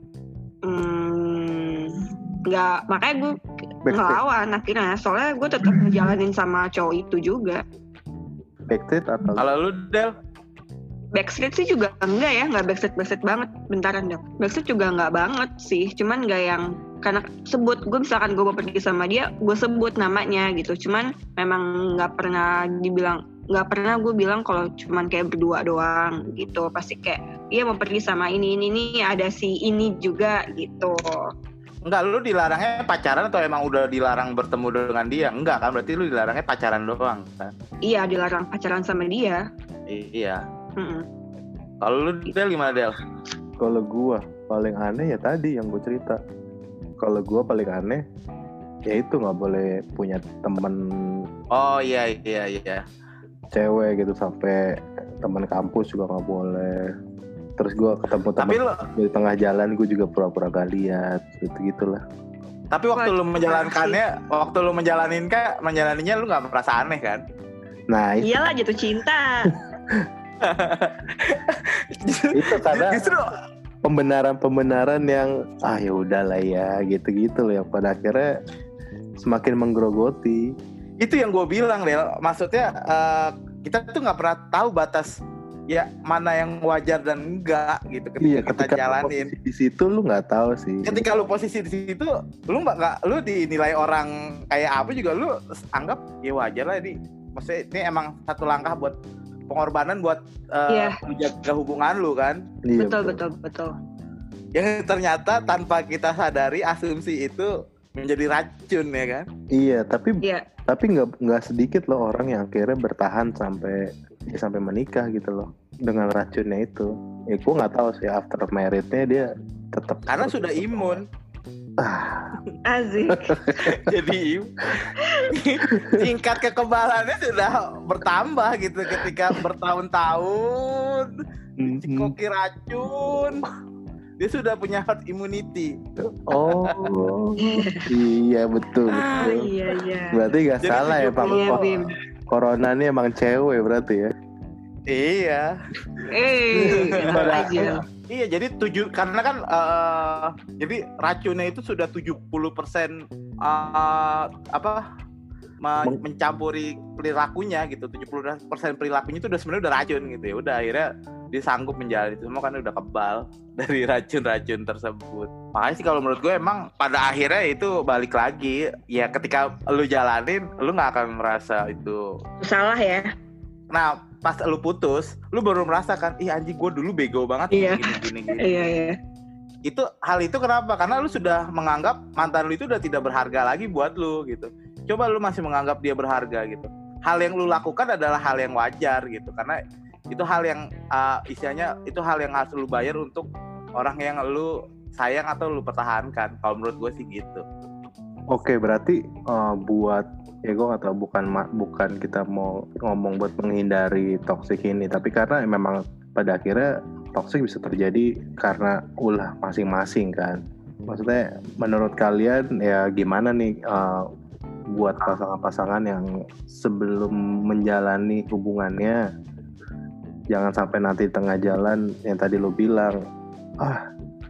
hmm, nggak, makanya gue Backstreet, ngelawan akhirnya. Soalnya gue tetap ngejalanin sama cowok itu juga. backstreet atau Kalau lu Del, Backstreet sih juga enggak ya, nggak backstreet backstreet banget. Bentaran dong. Backstreet juga nggak banget sih, cuman nggak yang karena sebut gue misalkan gue mau pergi sama dia, gue sebut namanya gitu. Cuman memang nggak pernah dibilang, nggak pernah gue bilang kalau cuman kayak berdua doang gitu. Pasti kayak dia mau pergi sama ini ini nih ada si ini juga gitu. enggak, lu dilarangnya pacaran atau emang udah dilarang bertemu dengan dia? Enggak kan, berarti lu dilarangnya pacaran doang kan? Iya dilarang pacaran sama dia. I- iya. Mm-mm. Kalau lu Del gimana Del? kalau gua paling aneh ya tadi yang gue cerita. Kalau gua paling aneh ya itu nggak boleh punya temen Oh iya iya iya. cewek gitu, sampai teman kampus juga nggak boleh. Terus gua ketemu Tapi teman lu di tengah jalan, gue juga pura-pura gak lihat gitu gitulah. tapi waktu Wah, lu menjalankannya, waktu lu menjalanin kan, menjalaninya lu nggak merasa aneh kan? Nah itu, Iyalah jatuh cinta. itu karena Justru pembenaran-pembenaran yang ah ya udahlah ya gitu-gitu loh, yang pada akhirnya semakin menggerogoti. itu yang gue bilang Del, maksudnya eh, kita tuh nggak pernah tahu batas ya mana yang wajar dan enggak gitu ketika, iya, kita ketika jalanin. Di situ lu nggak tahu sih. Ketika lu posisi di situ, lu nggak nggak lu dinilai orang kayak apa juga lu anggap ya wajar lah ini. Maksudnya ini emang satu langkah buat pengorbanan buat uh, yeah. menjaga hubungan lu kan. Iya, betul betul betul. Yang ternyata tanpa kita sadari asumsi itu menjadi racun ya kan? Iya, tapi yeah. tapi nggak nggak sedikit loh orang yang akhirnya bertahan sampai ya sampai menikah gitu loh dengan racunnya itu. Ya gue nggak tahu sih after marriage-nya dia tetap karena sudah imun. Ah. Asik. Jadi tingkat kekebalannya sudah bertambah gitu ketika bertahun-tahun cikoki racun. Dia sudah punya herd immunity. Oh, iya betul. Ah, betul. iya iya. Berarti nggak salah ya Pak. Iya, Bim. Corona ini emang cewek berarti ya. Iya. Eh, enak aja. Iya, jadi tujuh karena kan uh, jadi racunnya itu sudah tujuh puluh persen uh, apa men- mencampuri perilakunya gitu. tujuh puluh persen perilakunya itu udah sebenarnya udah racun gitu ya. Udah akhirnya dia sanggup menjalani itu semua kan udah kebal dari racun-racun tersebut. Makanya sih kalau menurut gue emang pada akhirnya itu balik lagi ya ketika lu jalanin lu nggak akan merasa itu salah ya. Nah pas lu putus lu baru merasakan ih anjing gue dulu bego banget iya. gini gini gini. Iya iya. Itu hal itu kenapa? Karena lu sudah menganggap mantan lu itu udah tidak berharga lagi buat lu gitu. Coba lu masih menganggap dia berharga gitu. Hal yang lu lakukan adalah hal yang wajar gitu karena itu hal yang uh, istilahnya itu hal yang harus lu bayar untuk orang yang lu sayang atau lu pertahankan. Kalau menurut gue sih gitu. Oke, berarti uh, buat ya gue nggak tahu bukan bukan kita mau ngomong buat menghindari toksik ini, tapi karena memang pada akhirnya toksik bisa terjadi karena ulah masing-masing kan. Maksudnya menurut kalian ya gimana nih uh, buat pasangan-pasangan yang sebelum menjalani hubungannya jangan sampai nanti tengah jalan yang tadi lo bilang ah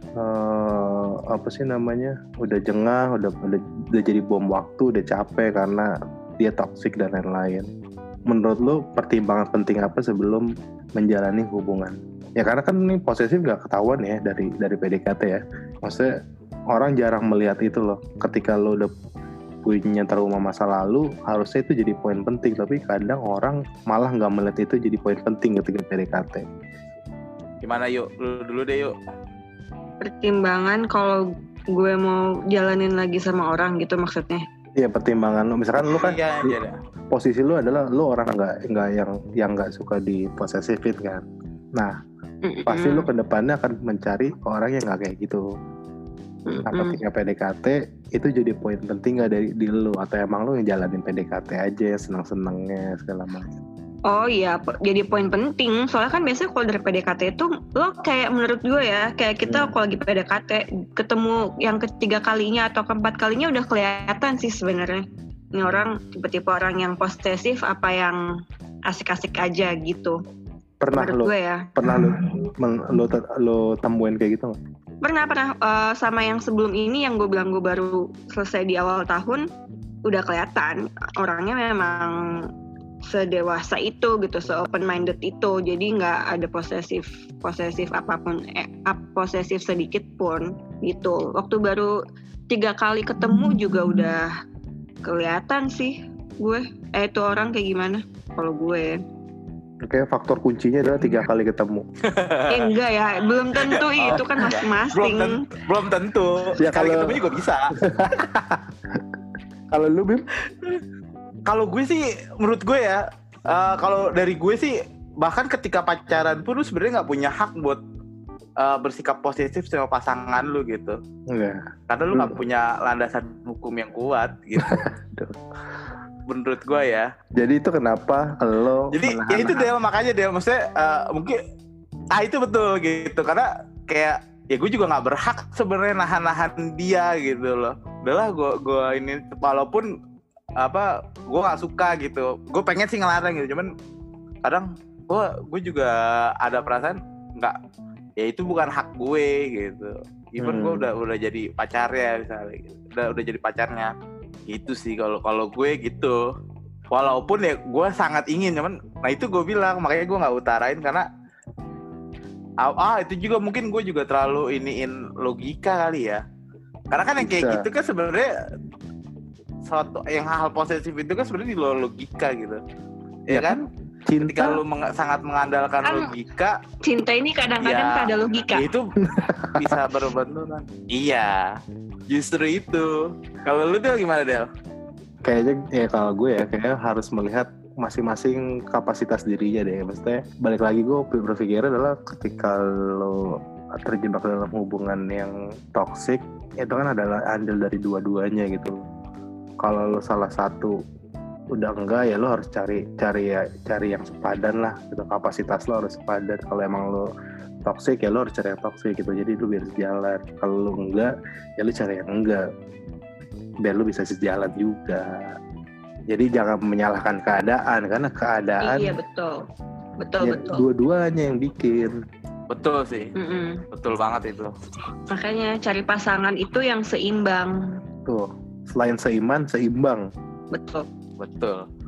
uh, apa sih namanya udah jengah udah, udah udah jadi bom waktu udah capek karena dia toksik dan lain-lain. Menurut lo pertimbangan penting apa sebelum menjalani hubungan? Ya karena kan ini posesif nggak ketahuan ya dari dari P D K T ya. Maksudnya orang jarang melihat itu loh. Ketika lo udah punya trauma masa lalu harusnya itu jadi poin penting, tapi kadang orang malah nggak melihat itu jadi poin penting ketika P D K T. Gimana yuk? Lu dulu deh yuk. Pertimbangan kalau gue mau jalanin lagi sama orang gitu maksudnya. Iya, pertimbangan lu misalkan lu kan iya, iya, iya. posisi lu adalah lu orang nggak nggak yang yang nggak suka diposesifin kan. Nah mm-hmm. pasti lu kedepannya akan mencari orang yang nggak kayak gitu. Nah ketika P D K T itu jadi poin penting gak dari di lu atau emang lu ngejalanin P D K T aja seneng-senengnya segala macam? Oh iya, jadi poin penting. Soalnya kan biasanya kalau dari P D K T itu lo kayak menurut gue ya, kayak kita hmm. kalau lagi P D K T ketemu yang ketiga kalinya atau keempat kalinya udah kelihatan sih sebenarnya. Ini orang tipe-tipe orang yang posesif apa yang asik-asik aja gitu. Pernah menurut lo? Gue ya. Pernah lo lo lo temuin kayak gitu nggak? Pernah pernah uh, sama yang sebelum ini yang gue bilang gue baru selesai di awal tahun udah kelihatan orangnya memang sedewasa itu gitu, se-open minded itu, jadi nggak ada posesif posesif apapun, eh, posesif sedikit pun gitu. Waktu baru tiga kali ketemu juga udah kelihatan sih gue, eh itu orang kayak gimana kalau gue. Oke, faktor kuncinya adalah tiga kali ketemu. Eh enggak ya, belum tentu itu kan masing-masing. Belum tentu, belum tentu. Ya, kali kalau... ketemu juga bisa. Kalau lu Bim? Kalau gue sih, menurut gue ya, uh, kalau dari gue sih, bahkan ketika pacaran pun lu sebenarnya nggak punya hak buat uh, bersikap positif sama pasangan lu gitu. Enggak. Karena lu nggak punya landasan hukum yang kuat gitu. Menurut gue ya. Jadi itu kenapa lo? Jadi ya itu Del, makanya Del, maksudnya uh, mungkin, ah itu betul gitu, karena kayak ya gue juga nggak berhak sebenarnya nahan-nahan dia gitu loh. Udahlah gue gue ini walaupun apa gue nggak suka gitu, gue pengen sih ngelarang gitu, cuman kadang gue gue juga ada perasaan nggak, ya itu bukan hak gue gitu. Even hmm. gue udah udah jadi pacarnya misalnya, gitu. udah udah jadi pacarnya. Gitu sih kalau kalau gue gitu. Walaupun ya gue sangat ingin, cuman nah itu gue bilang makanya gue nggak utarain karena ah, ah itu juga mungkin gue juga terlalu iniin logika kali ya. Karena kan yang kayak Bisa. gitu kan sebenarnya suatu yang hal posesif itu kan sebenarnya di luar logika gitu. Ya, Ya kan? Ketika Cinta lu meng- sangat mengandalkan Kan- logika, Cinta ini kadang-kadang Ya, tak ada logika. itu bisa berbenturan. Iya, justru itu. Kalau lu Del gimana Del? kayaknya ya kalau gue ya kayaknya harus melihat masing-masing kapasitas dirinya deh. Maksudnya balik lagi gue berpikir adalah ketika lo terjebak dalam hubungan yang toksik itu kan adalah andil dari dua-duanya gitu. Kalau lo salah satu udah enggak ya lo harus cari cari ya cari yang sepadan lah gitu. Kapasitas lo harus sepadan. Kalau emang lo toksik ya lo harus cari yang toksik gitu. Jadi lo biar sejalan. Kalau lo enggak ya lo cari yang enggak biar lo bisa sejalan juga. Jadi jangan menyalahkan keadaan karena keadaan Iya betul, betul ya, betul. dua-duanya yang bikin. Betul sih, Mm-mm. betul banget itu. Makanya cari pasangan itu yang seimbang. Tuh, selain seiman, seimbang. Betul. Betul.